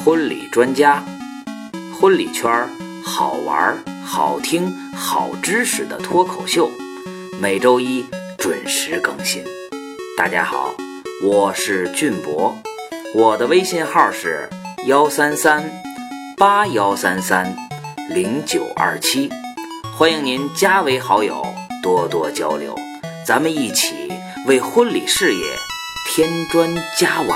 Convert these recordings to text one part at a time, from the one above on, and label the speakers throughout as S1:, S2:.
S1: 婚礼专家，婚礼圈好玩、好听、好知识的脱口秀，每周一准时更新。大家好，我是俊博，我的微信号是13381330927，欢迎您加为好友，多多交流，咱们一起为婚礼事业添砖加瓦。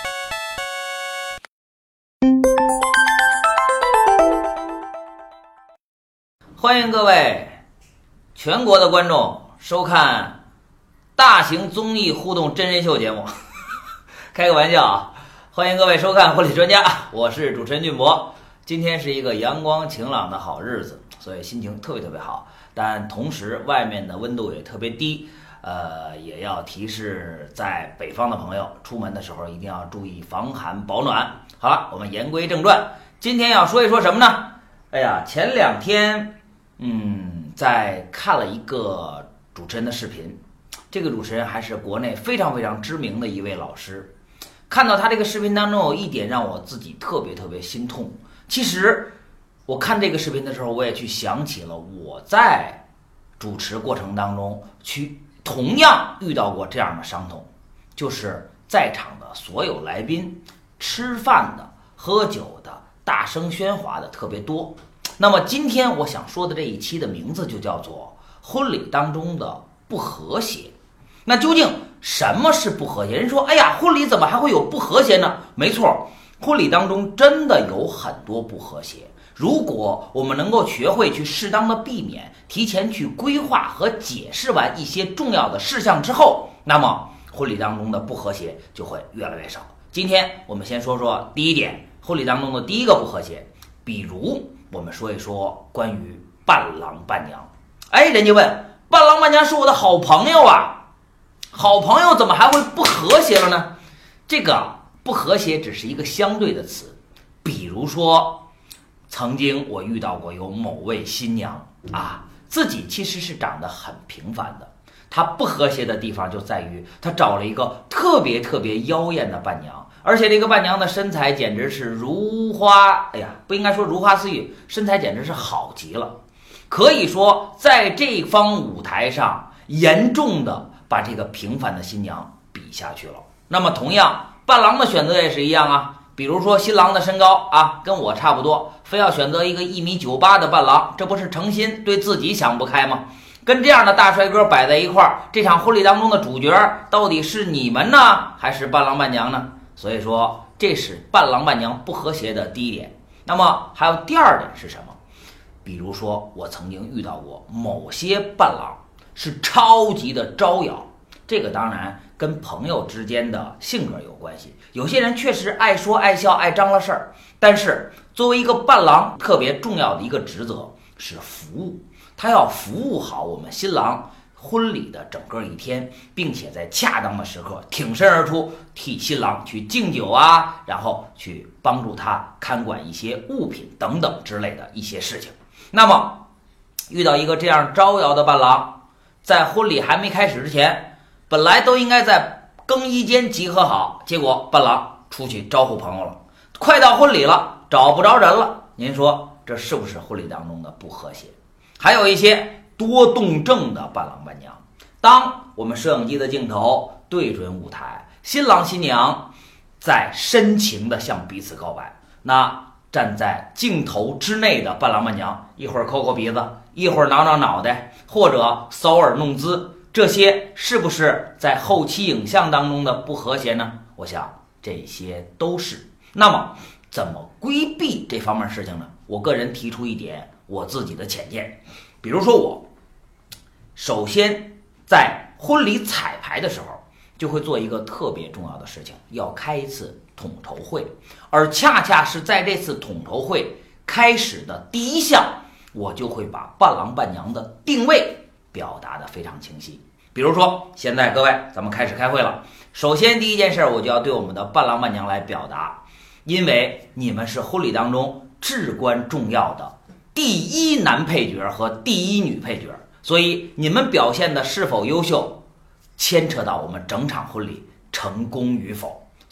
S1: 欢迎各位全国的观众收看大型综艺互动真人秀节目开个玩笑啊！欢迎各位收看婚礼专家，我是主持人俊博。今天是一个阳光晴朗的好日子，所以心情特别好，但同时外面的温度也特别低，也要提示在北方的朋友出门的时候一定要注意防寒保暖。好了，我们言归正传，今天要说一说什么呢？前两天在看了一个主持人的视频，这个主持人还是国内非常知名的一位老师。看到他这个视频当中有一点让我自己特别心痛。其实我看这个视频的时候，我也去想起了我在主持过程当中同样遇到过这样的伤痛，就是在场的所有来宾吃饭的、喝酒的、大声喧哗的特别多。那么今天我想说的这一期的名字就叫做婚礼当中的不和谐。那究竟什么是不和谐？人说婚礼怎么还会有不和谐呢？没错，婚礼当中真的有很多不和谐。如果我们能够学会去适当的避免，提前去规划和解释完一些重要的事项之后，那么婚礼当中的不和谐就会越来越少。今天我们先说说第一点，婚礼当中的第一个不和谐。比如我们说一说关于伴郎伴娘。人家问，伴郎伴娘是我的好朋友啊，好朋友怎么还会不和谐了呢？这个不和谐只是一个相对的词。比如说曾经我遇到过有某位新娘自己其实是长得很平凡的，她不和谐的地方就在于她找了一个特别妖艳的伴娘，而且这个伴娘的身材简直是如花，不应该说如花似玉，身材简直是好极了。可以说在这方舞台上严重的把这个平凡的新娘比下去了。那么同样伴郎的选择也是一样啊，比如说新郎的身高跟我差不多，非要选择一个1.98米的伴郎，这不是诚心对自己想不开吗？跟这样的大帅哥摆在一块儿，这场婚礼当中的主角到底是你们呢，还是伴郎伴娘呢？所以说这是伴郎伴娘不和谐的第一点。那么还有第二点是什么？比如说我曾经遇到过某些伴郎是超级的招摇，这个当然跟朋友之间的性格有关系，有些人确实爱说爱笑爱张罗事儿，但是作为一个伴郎特别重要的一个职责是服务，他要服务好我们新郎婚礼的整个一天，并且在恰当的时刻挺身而出，替新郎去敬酒然后去帮助他看管一些物品等等之类的一些事情。那么遇到一个这样招摇的伴郎，在婚礼还没开始之前，本来都应该在更衣间集合好，结果伴郎出去招呼朋友了，快到婚礼了找不着人了，您说这是不是婚礼当中的不和谐？还有一些多动症的伴郎伴娘，当我们摄影机的镜头对准舞台，新郎新娘在深情地向彼此告白，那站在镜头之内的伴郎伴娘一会儿抠鼻子，一会儿挠脑袋，或者搔耳弄姿，这些是不是在后期影像当中的不和谐呢？我想这些都是。那么怎么规避这方面事情呢？我个人提出一点我自己的浅见。比如说我首先在婚礼彩排的时候就会做一个特别重要的事情，要开一次统筹会，而恰恰是在这次统筹会开始的第一项，我就会把伴郎伴娘的定位表达得非常清晰。比如说现在各位咱们开始开会了，首先第一件事我就要对我们的伴郎伴娘来表达，因为你们是婚礼当中至关重要的第一男配角和第一女配角，所以你们表现的是否优秀牵扯到我们整场婚礼成功与否。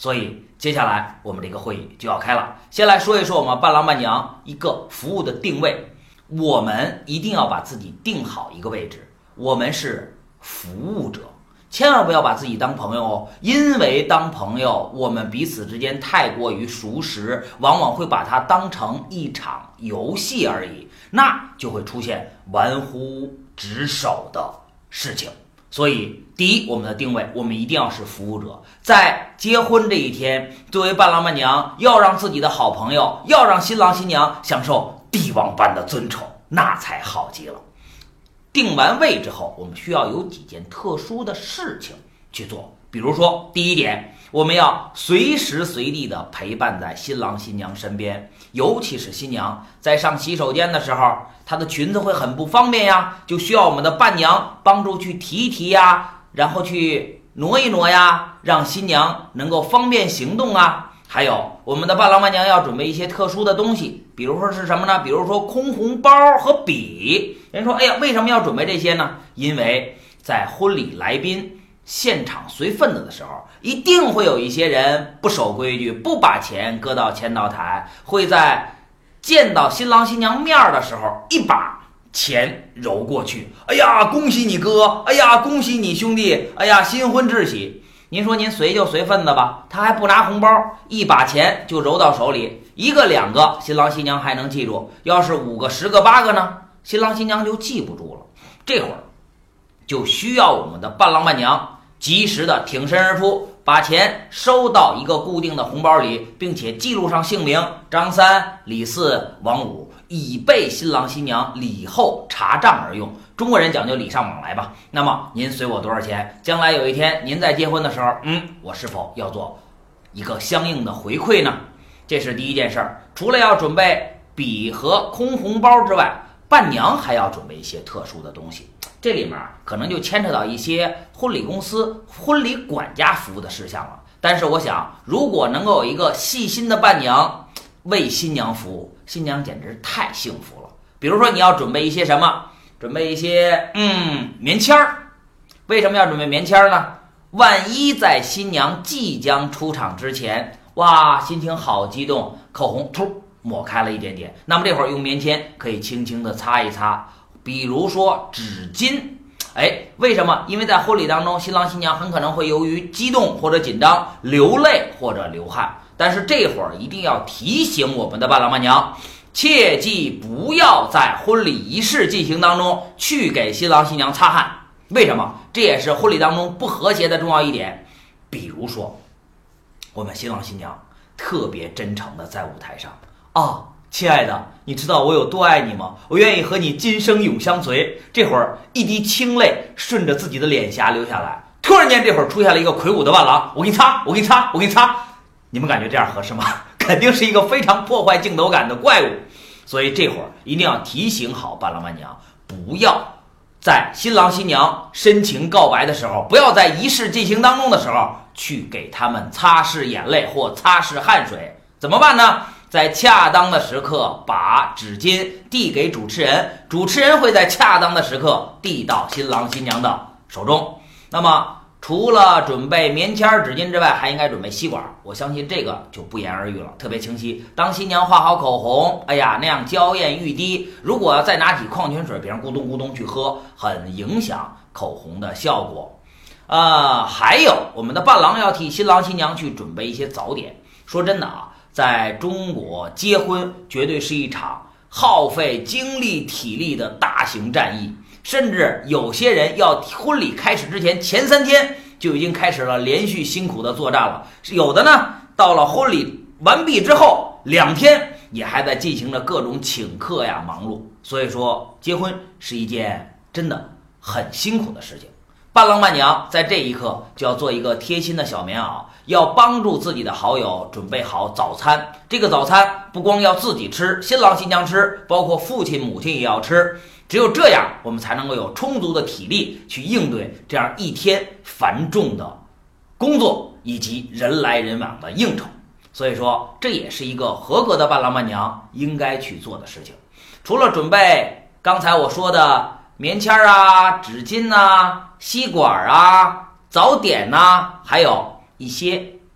S1: 所以接下来我们这个会议就要开了。先来说一说我们伴郎伴娘一个服务的定位，我们一定要把自己定好一个位置，我们是服务者，千万不要把自己当朋友哦，因为当朋友我们彼此之间太过于熟识，往往会把它当成一场游戏而已，那就会出现玩忽职守的事情。所以第一，我们的定位我们一定要是服务者，在结婚这一天，作为伴郎伴娘要让自己的好朋友，要让新郎新娘享受帝王般的尊崇，那才好极了。定完位之后，我们需要有几件特殊的事情去做。比如说第一点，我们要随时随地的陪伴在新郎新娘身边，尤其是新娘在上洗手间的时候，她的裙子会很不方便呀，就需要我们的伴娘帮助去提一提呀，然后去挪一挪呀，让新娘能够方便行动啊。还有我们的伴郎伴娘要准备一些特殊的东西，比如说是什么呢？比如说空红包和笔。人说，哎呀，为什么要准备这些呢？因为在婚礼来宾现场随份子的时候，一定会有一些人不守规矩，不把钱搁到签到台，会在见到新郎新娘面的时候一把钱揉过去，哎呀，恭喜你哥，哎呀，恭喜你兄弟，哎呀，新婚致喜。您说您随就随份子吧，他还不拿红包，一把钱就揉到手里，一个两个新郎新娘还能记住，要是5个10个8个呢，新郎新娘就记不住了。这会儿就需要我们的伴郎伴娘及时的挺身而出，把钱收到一个固定的红包里，并且记录上姓名张三、李四、王五，以备新郎新娘礼后查账而用。中国人讲究礼尚往来吧，那么您随我多少钱，将来有一天您在结婚的时候，我是否要做一个相应的回馈呢？这是第一件事儿。除了要准备笔和空红包之外，伴娘还要准备一些特殊的东西，这里面可能就牵扯到一些婚礼公司、婚礼管家服务的事项了。但是我想，如果能够有一个细心的伴娘为新娘服务，新娘简直太幸福了。比如说你要准备一些什么？准备一些棉签儿。为什么要准备棉签儿呢？万一在新娘即将出场之前，哇，心情好激动，口红突抹开了一点点，那么这会儿用棉签可以轻轻的擦一擦。比如说纸巾，为什么？因为在婚礼当中，新郎新娘很可能会由于激动或者紧张流泪或者流汗，但是这会儿一定要提醒我们的伴郎伴娘，切记不要在婚礼仪式进行当中去给新郎新娘擦汗。为什么？这也是婚礼当中不和谐的重要一点。比如说我们新郎新娘特别真诚的在舞台上，亲爱的，你知道我有多爱你吗？我愿意和你今生永相随。这会儿一滴清泪顺着自己的脸颊流下来，突然间这会儿出现了一个魁梧的伴郎，我给你擦，我给你擦，我给你擦。你们感觉这样合适吗？肯定是一个非常破坏镜头感的怪物。所以这会儿一定要提醒好伴郎伴娘，不要在新郎新娘深情告白的时候，不要在仪式进行当中的时候去给他们擦拭眼泪或擦拭汗水。怎么办呢？在恰当的时刻把纸巾递给主持人，主持人会在恰当的时刻递到新郎新娘的手中。那么除了准备棉签纸巾之外，还应该准备吸管，我相信这个就不言而喻了，特别清晰。当新娘画好口红，那样娇艳欲滴，如果再拿起矿泉水别人咕咚咕咚去喝，很影响口红的效果。还有我们的伴郎要替新郎新娘去准备一些早点。说真的在中国结婚绝对是一场耗费精力体力的大型战役，甚至有些人要婚礼开始之前前3天就已经开始了连续辛苦的作战了，有的呢到了婚礼完毕之后2天也还在进行着各种请客呀忙碌。所以说结婚是一件真的很辛苦的事情。伴郎伴娘在这一刻就要做一个贴心的小棉袄，要帮助自己的好友准备好早餐。这个早餐不光要自己吃，新郎新娘吃，包括父亲母亲也要吃。只有这样我们才能够有充足的体力去应对这样一天繁重的工作以及人来人往的应酬。所以说这也是一个合格的伴郎伴娘应该去做的事情。除了准备刚才我说的棉签纸巾吸管早点还有一些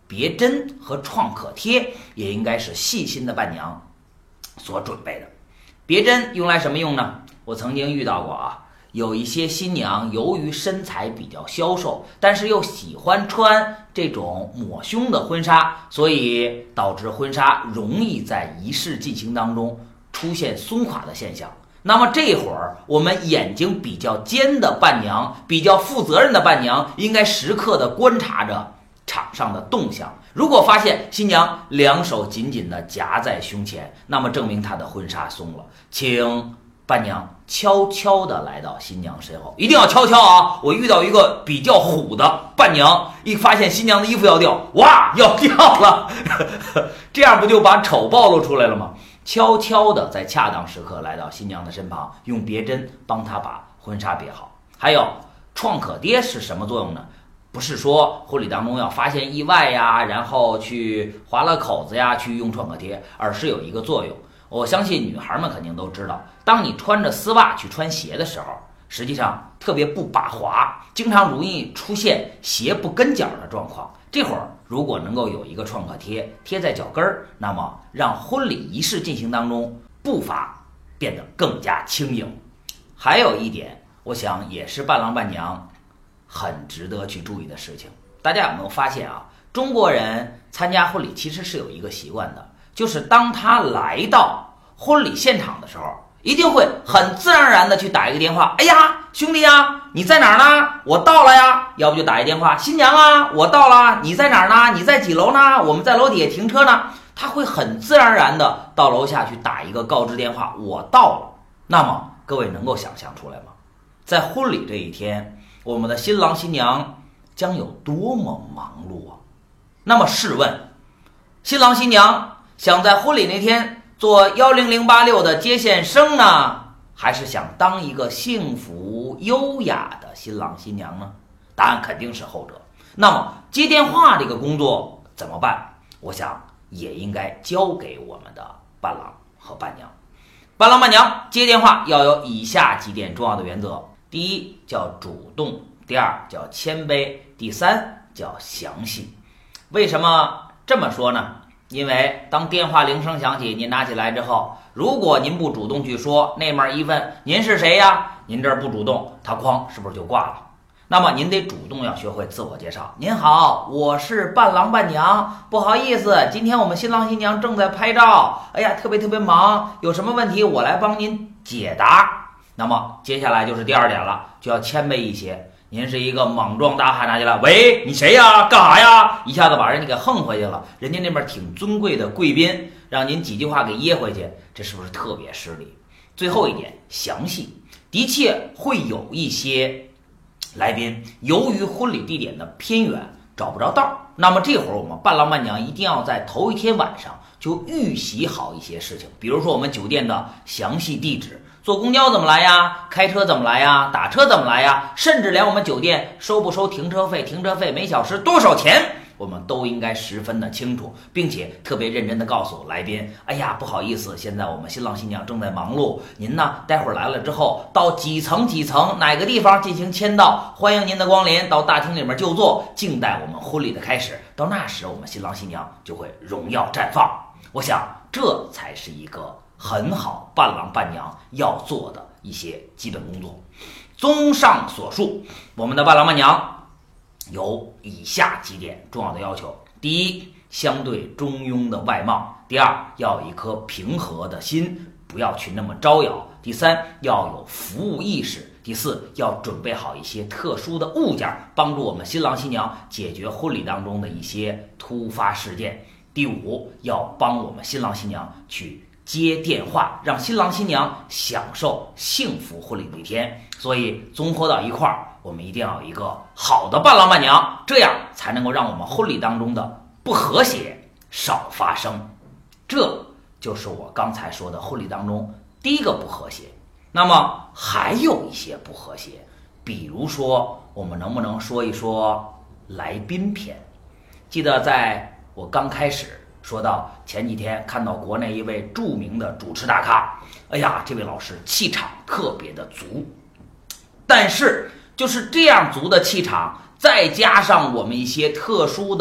S1: 别针和创可贴也应该是细心的伴娘所准备的。别针用来什么用呢？我曾经遇到过啊，有一些新娘由于身材比较消瘦，但是又喜欢穿这种抹胸的婚纱，所以导致婚纱容易在仪式进行当中出现松垮的现象。那么这会儿我们眼睛比较尖的伴娘，比较负责任的伴娘，应该时刻的观察着场上的动向。如果发现新娘两手紧紧地夹在胸前，那么证明她的婚纱松了，请伴娘悄悄地来到新娘身后，一定要悄悄啊！我遇到一个比较虎的伴娘，一发现新娘的衣服要掉，哇，要掉了，这样不就把丑暴露出来了吗？悄悄地在恰当时刻来到新娘的身旁，用别针帮她把婚纱别好。还有创可贴是什么作用呢？不是说婚礼当中要发现意外呀，然后去划了口子呀，去用创可贴，而是有一个作用。我相信女孩们肯定都知道，当你穿着丝袜去穿鞋的时候，实际上特别不把滑，经常容易出现鞋不跟脚的状况。这会儿如果能够有一个创可贴贴在脚跟儿，那么让婚礼仪式进行当中步伐变得更加轻盈。还有一点，我想也是伴郎伴娘很值得去注意的事情。大家有没有发现啊？中国人参加婚礼其实是有一个习惯的，就是当他来到婚礼现场的时候，一定会很自然而然的去打一个电话，哎呀，兄弟呀，你在哪儿呢？我到了呀。要不就打一电话，新娘啊，我到了，你在哪儿呢？你在几楼呢？我们在楼底下停车呢。他会很自然而然的到楼下去打一个告知电话，我到了。那么各位能够想象出来吗？在婚礼这一天，我们的新郎新娘将有多么忙碌啊！那么试问，新郎新娘想在婚礼那天做10086的接线生呢，还是想当一个幸福优雅的新郎新娘呢？答案肯定是后者。那么接电话这个工作怎么办？我想也应该交给我们的伴郎和伴娘。伴郎伴娘接电话要有以下几点重要的原则：第一叫主动，第二叫谦卑，第三叫详细。为什么这么说呢？因为当电话铃声响起，您拿起来之后，如果您不主动去说，那边一问您是谁呀，您这儿不主动，他哐是不是就挂了？那么您得主动要学会自我介绍。您好，我是伴郎伴娘，不好意思，今天我们新郎新娘正在拍照，哎呀，特别忙，有什么问题我来帮您解答。那么接下来就是第二点了，就要谦卑一些。您是一个莽撞大汉拿起来，喂，你谁呀？干啥呀？一下子把人家给横回去了。人家那边挺尊贵的贵宾，让您几句话给噎回去，这是不是特别失礼？最后一点，详细。的确会有一些来宾由于婚礼地点的偏远找不着道，那么这会儿我们伴郎伴娘一定要在头一天晚上就预习好一些事情，比如说我们酒店的详细地址，坐公交怎么来呀？开车怎么来呀？打车怎么来呀？甚至连我们酒店收不收停车费，停车费每小时多少钱，我们都应该十分的清楚，并且特别认真的告诉来宾，哎呀，不好意思，现在我们新郎新娘正在忙碌，您呢待会儿来了之后，到几层哪个地方进行签到，欢迎您的光临，到大厅里面就坐，静待我们婚礼的开始，到那时我们新郎新娘就会荣耀绽放。我想这才是一个很好伴郎伴娘要做的一些基本工作。综上所述，我们的伴郎伴娘有以下几点重要的要求：第一，相对中庸的外貌；第二，要有一颗平和的心，不要去那么招摇；第三，要有服务意识；第四，要准备好一些特殊的物件，帮助我们新郎新娘解决婚礼当中的一些突发事件；第五，要帮我们新郎新娘去接电话，让新郎新娘享受幸福婚礼的一天。所以综合到一块儿，我们一定要有一个好的伴郎伴娘，这样才能够让我们婚礼当中的不和谐少发生。这就是我刚才说的婚礼当中第一个不和谐。那么还有一些不和谐，比如说我们能不能说一说来宾篇？记得在我刚开始说到前几天看到国内一位著名的主持大咖，哎呀，这位老师气场特别的足，但是就是这样足的气场，再加上我们一些特殊的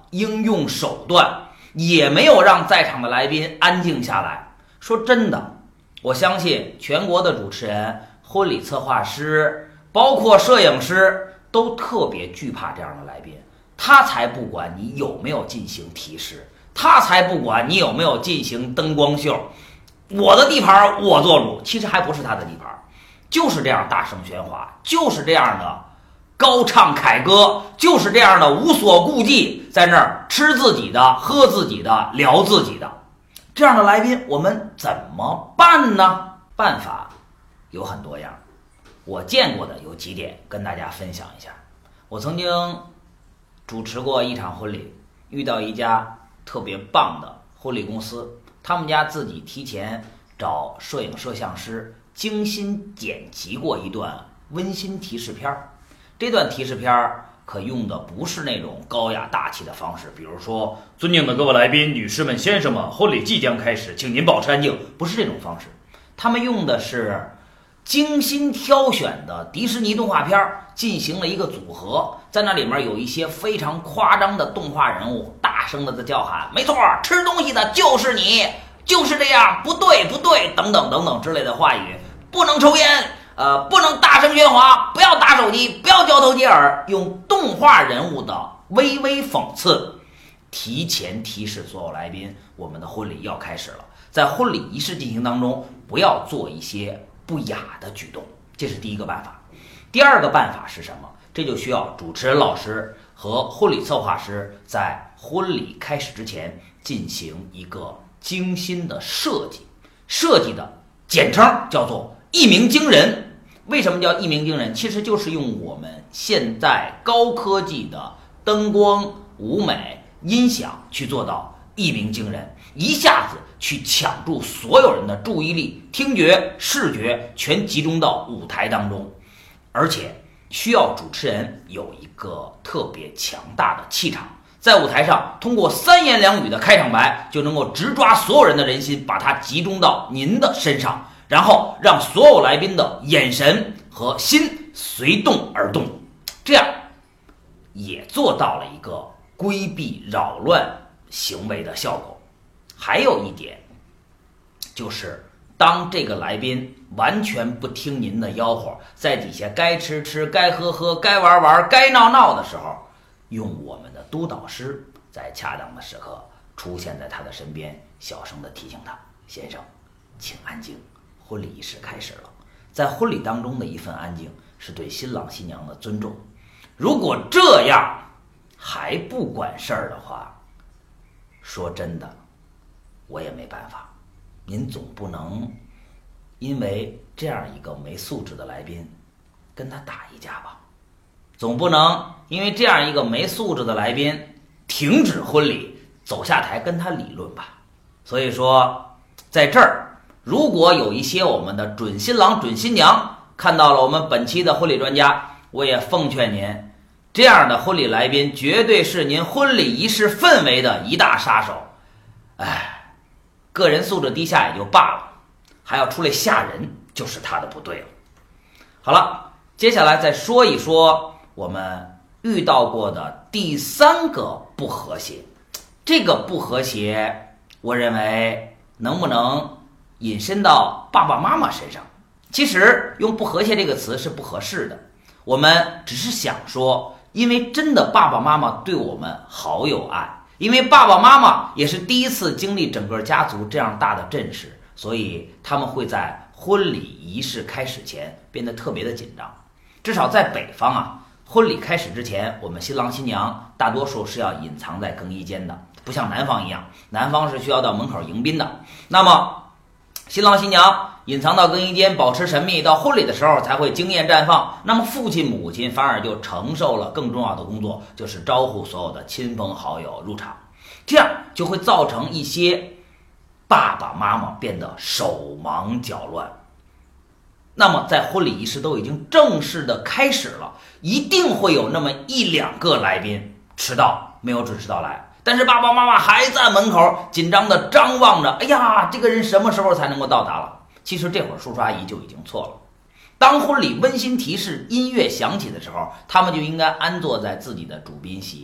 S1: 应用手段，也没有让在场的来宾安静下来。说真的，我相信全国的主持人、婚礼策划师，包括摄影师，都特别惧怕这样的来宾。他才不管你有没有进行提示，他才不管你有没有进行灯光秀，我的地盘我做主。其实还不是他的地盘，就是这样大声喧哗，就是这样的高唱凯歌，就是这样的无所顾忌，在那儿吃自己的，喝自己的，聊自己的。这样的来宾我们怎么办呢？办法有很多样，我见过的有几点跟大家分享一下。我曾经主持过一场婚礼，遇到一家特别棒的婚礼公司，他们家自己提前找摄影摄像师精心剪辑过一段温馨提示片。这段提示片可用的不是那种高雅大气的方式，比如说尊敬的各位来宾、女士们、先生们，婚礼即将开始，请您保持安静，不是这种方式。他们用的是精心挑选的迪士尼动画片进行了一个组合，在那里面有一些非常夸张的动画人物大声的在叫喊，没错，吃东西的就是你，就是这样，不对不对，等等等等之类的话语，不能抽烟，不能大声喧哗，不要打手机，不要交头接耳，用动画人物的微微讽刺提前提示所有来宾，我们的婚礼要开始了。在婚礼仪式进行当中，不要做一些不雅的举动，这是第一个办法。第二个办法是什么？这就需要主持人老师和婚礼策划师在婚礼开始之前进行一个精心的设计的简称叫做一鸣惊人。为什么叫一鸣惊人？其实就是用我们现在高科技的灯光、舞美、音响去做到一鸣惊人，一下子去抢住所有人的注意力，听觉、视觉全集中到舞台当中，而且需要主持人有一个特别强大的气场，在舞台上通过三言两语的开场白就能够直抓所有人的人心，把它集中到您的身上，然后让所有来宾的眼神和心随动而动，这样也做到了一个规避扰乱行为的效果。还有一点就是当这个来宾完全不听您的吆喝，在底下该吃吃，该喝喝，该玩玩，该闹闹的时候，用我们的督导师在恰当的时刻出现在他的身边，小声的提醒他，先生请安静，婚礼仪式开始了。在婚礼当中的一份安静是对新郎新娘的尊重，如果这样还不管事儿的话，说真的我也没办法。您总不能因为这样一个没素质的来宾跟他打一架吧，总不能因为这样一个没素质的来宾停止婚礼走下台跟他理论吧。所以说在这儿，如果有一些我们的准新郎准新娘看到了我们本期的婚礼专家，我也奉劝您，这样的婚礼来宾绝对是您婚礼仪式氛围的一大杀手。个人素质低下也就罢了，还要出来吓人，就是他的不对了。好了，接下来再说一说我们遇到过的第三个不和谐。这个不和谐，我认为能不能引申到爸爸妈妈身上？其实用不和谐这个词是不合适的，我们只是想说，因为真的爸爸妈妈对我们好有爱，因为爸爸妈妈也是第一次经历整个家族这样大的阵势，所以他们会在婚礼仪式开始前变得特别的紧张。至少在北方啊，婚礼开始之前，我们新郎新娘大多数是要隐藏在更衣间的，不像南方一样，南方是需要到门口迎宾的。那么新郎新娘隐藏到更衣间，保持神秘，到婚礼的时候才会惊艳绽放。那么父亲母亲反而就承受了更重要的工作，就是招呼所有的亲朋好友入场，这样就会造成一些爸爸妈妈变得手忙脚乱。那么在婚礼仪式都已经正式的开始了，一定会有那么一两个来宾迟到，没有准时到来，但是爸爸妈妈还在门口紧张的张望着，哎呀，这个人什么时候才能够到达了？其实这会儿叔叔阿姨就已经错了。当婚礼温馨提示音乐响起的时候，他们就应该安坐在自己的主宾席，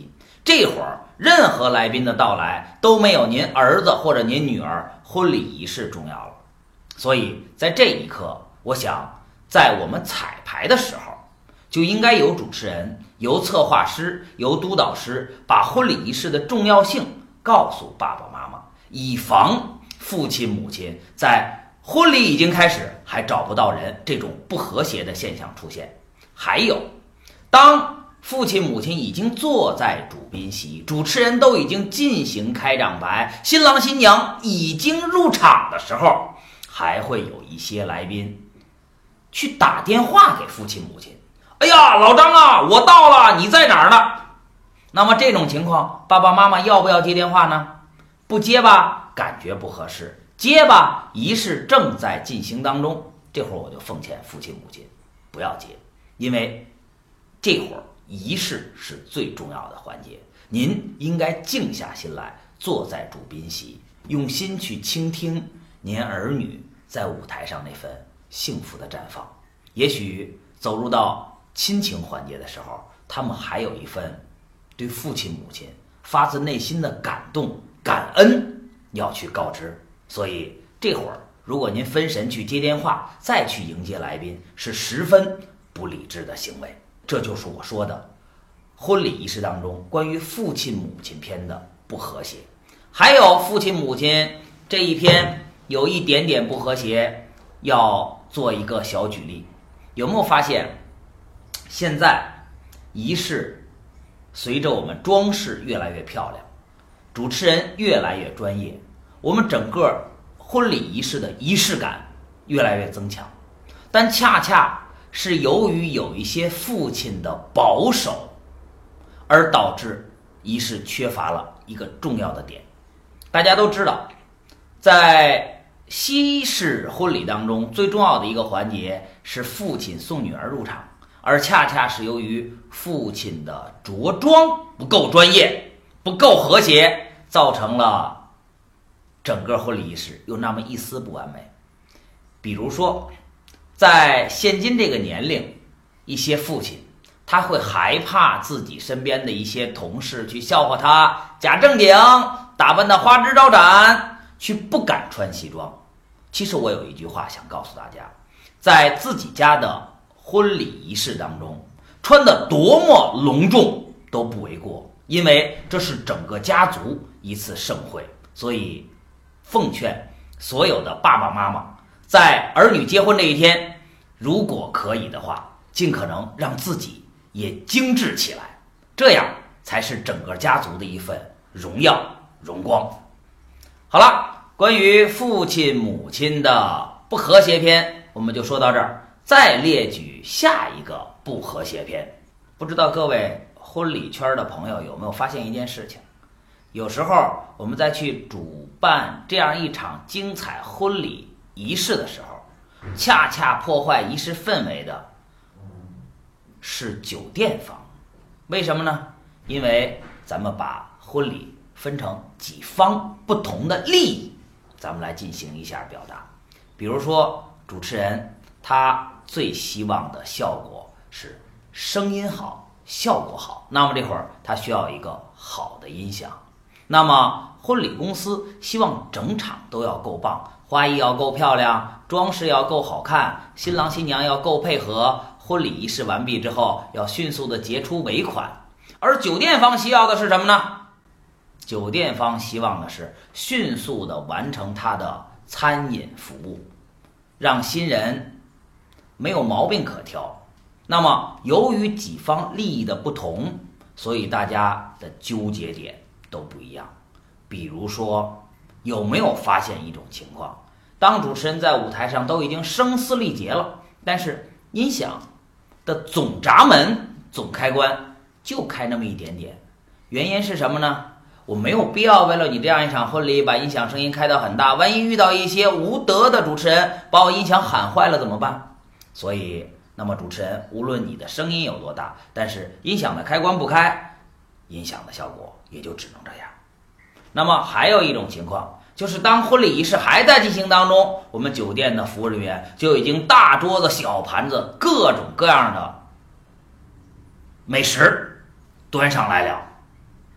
S1: 这会儿任何来宾的到来都没有您儿子或者您女儿婚礼仪式重要了。所以在这一刻，我想在我们彩排的时候，就应该由主持人、由策划师、由督导师把婚礼仪式的重要性告诉爸爸妈妈，以防父亲母亲在婚礼已经开始还找不到人这种不和谐的现象出现。还有，当父亲母亲已经坐在主宾席，主持人都已经进行开场白，新郎新娘已经入场的时候，还会有一些来宾去打电话给父亲母亲，哎呀，老张啊，我到了，你在哪儿呢？那么这种情况，爸爸妈妈要不要接电话呢？不接吧，感觉不合适；接吧，仪式正在进行当中。这会儿我就奉劝父亲母亲不要接，因为这会儿仪式是最重要的环节，您应该静下心来，坐在主宾席，用心去倾听您儿女在舞台上那份幸福的绽放。也许走入到亲情环节的时候，他们还有一份对父亲母亲发自内心的感动、感恩要去告知。所以这会儿如果您分神去接电话，再去迎接来宾，是十分不理智的行为。这就是我说的婚礼仪式当中关于父亲母亲篇的不和谐。还有父亲母亲这一篇有一点点不和谐，要做一个小举例。有没有发现现在仪式随着我们装饰越来越漂亮，主持人越来越专业，我们整个婚礼仪式的仪式感越来越增强，但恰恰是由于有一些父亲的保守，而导致仪式缺乏了一个重要的点。大家都知道，在西式婚礼当中，最重要的一个环节是父亲送女儿入场，而恰恰是由于父亲的着装不够专业、不够和谐，造成了整个婚礼仪式有那么一丝不完美。比如说在现今这个年龄，一些父亲他会害怕自己身边的一些同事去笑话他假正经，打扮的花枝招展，去不敢穿西装。其实我有一句话想告诉大家，在自己家的婚礼仪式当中，穿得多么隆重都不为过，因为这是整个家族一次盛会。所以奉劝所有的爸爸妈妈，在儿女结婚这一天，如果可以的话，尽可能让自己也精致起来，这样才是整个家族的一份荣耀荣光。好了，关于父亲母亲的不和谐篇我们就说到这儿，再列举下一个不和谐篇。不知道各位婚礼圈的朋友有没有发现一件事情，有时候我们在去主办这样一场精彩婚礼仪式的时候，恰恰破坏仪式氛围的是酒店方。为什么呢？因为咱们把婚礼分成几方不同的利益，咱们来进行一下表达。比如说主持人他最希望的效果是声音好、效果好，那么这会儿他需要一个好的音响。那么婚礼公司希望整场都要够棒，花艺要够漂亮，装饰要够好看，新郎新娘要够配合，婚礼仪式完毕之后要迅速的结出尾款。而酒店方需要的是什么呢？酒店方希望的是迅速的完成他的餐饮服务，让新人没有毛病可挑。那么由于几方利益的不同，所以大家的纠结点都不一样。比如说，有没有发现一种情况，当主持人在舞台上都已经声嘶力竭了，但是音响的总闸门、总开关就开那么一点点，原因是什么呢？我没有必要为了你这样一场婚礼把音响声音开到很大，万一遇到一些无德的主持人把我音响喊坏了怎么办？所以那么主持人无论你的声音有多大，但是音响的开关不开，音响的效果也就只能这样。那么还有一种情况，就是当婚礼仪式还在进行当中，我们酒店的服务人员就已经大桌子小盘子各种各样的美食端上来了。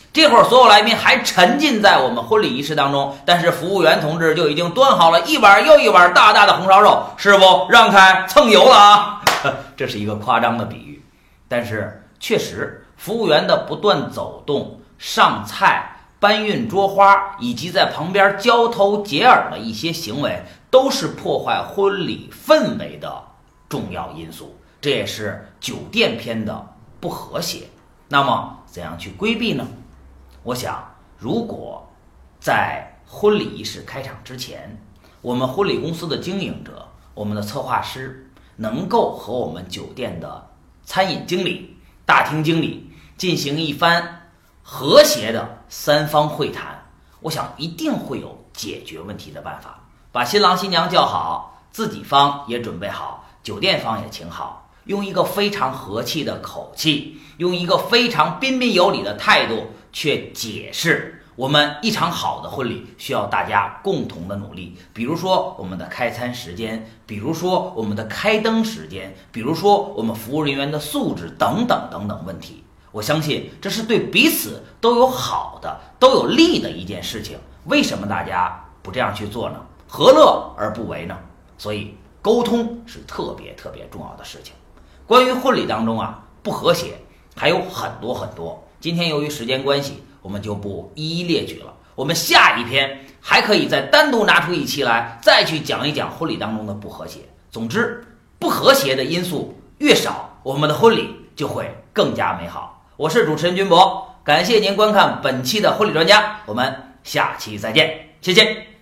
S1: 这会儿所有来宾还沉浸在我们婚礼仪式当中，但是服务员同志就已经端好了一碗又一碗大大的红烧肉，师傅让开，蹭油了啊！这是一个夸张的比喻，但是确实服务员的不断走动、上菜、搬运桌花以及在旁边交头接耳的一些行为，都是破坏婚礼氛围的重要因素，这也是酒店篇的不和谐。那么怎样去规避呢？我想，如果在婚礼仪式开场之前，我们婚礼公司的经营者、我们的策划师能够和我们酒店的餐饮经理、大厅经理进行一番和谐的三方会谈，我想一定会有解决问题的办法。把新郎新娘叫好，自己方也准备好，酒店方也请好，用一个非常和气的口气，用一个非常彬彬有礼的态度，却解释我们一场好的婚礼需要大家共同的努力。比如说我们的开餐时间，比如说我们的开灯时间，比如说我们服务人员的素质等等等等问题。我相信这是对彼此都有好的、都有利的一件事情。为什么大家不这样去做呢？何乐而不为呢？所以沟通是特别重要的事情。关于婚礼当中不和谐还有很多，今天由于时间关系，我们就不一一列举了。我们下一篇还可以再单独拿出一期来，再去讲一讲婚礼当中的不和谐。总之，不和谐的因素越少，我们的婚礼就会更加美好。我是主持人军博，感谢您观看本期的婚礼专家，我们下期再见，谢谢。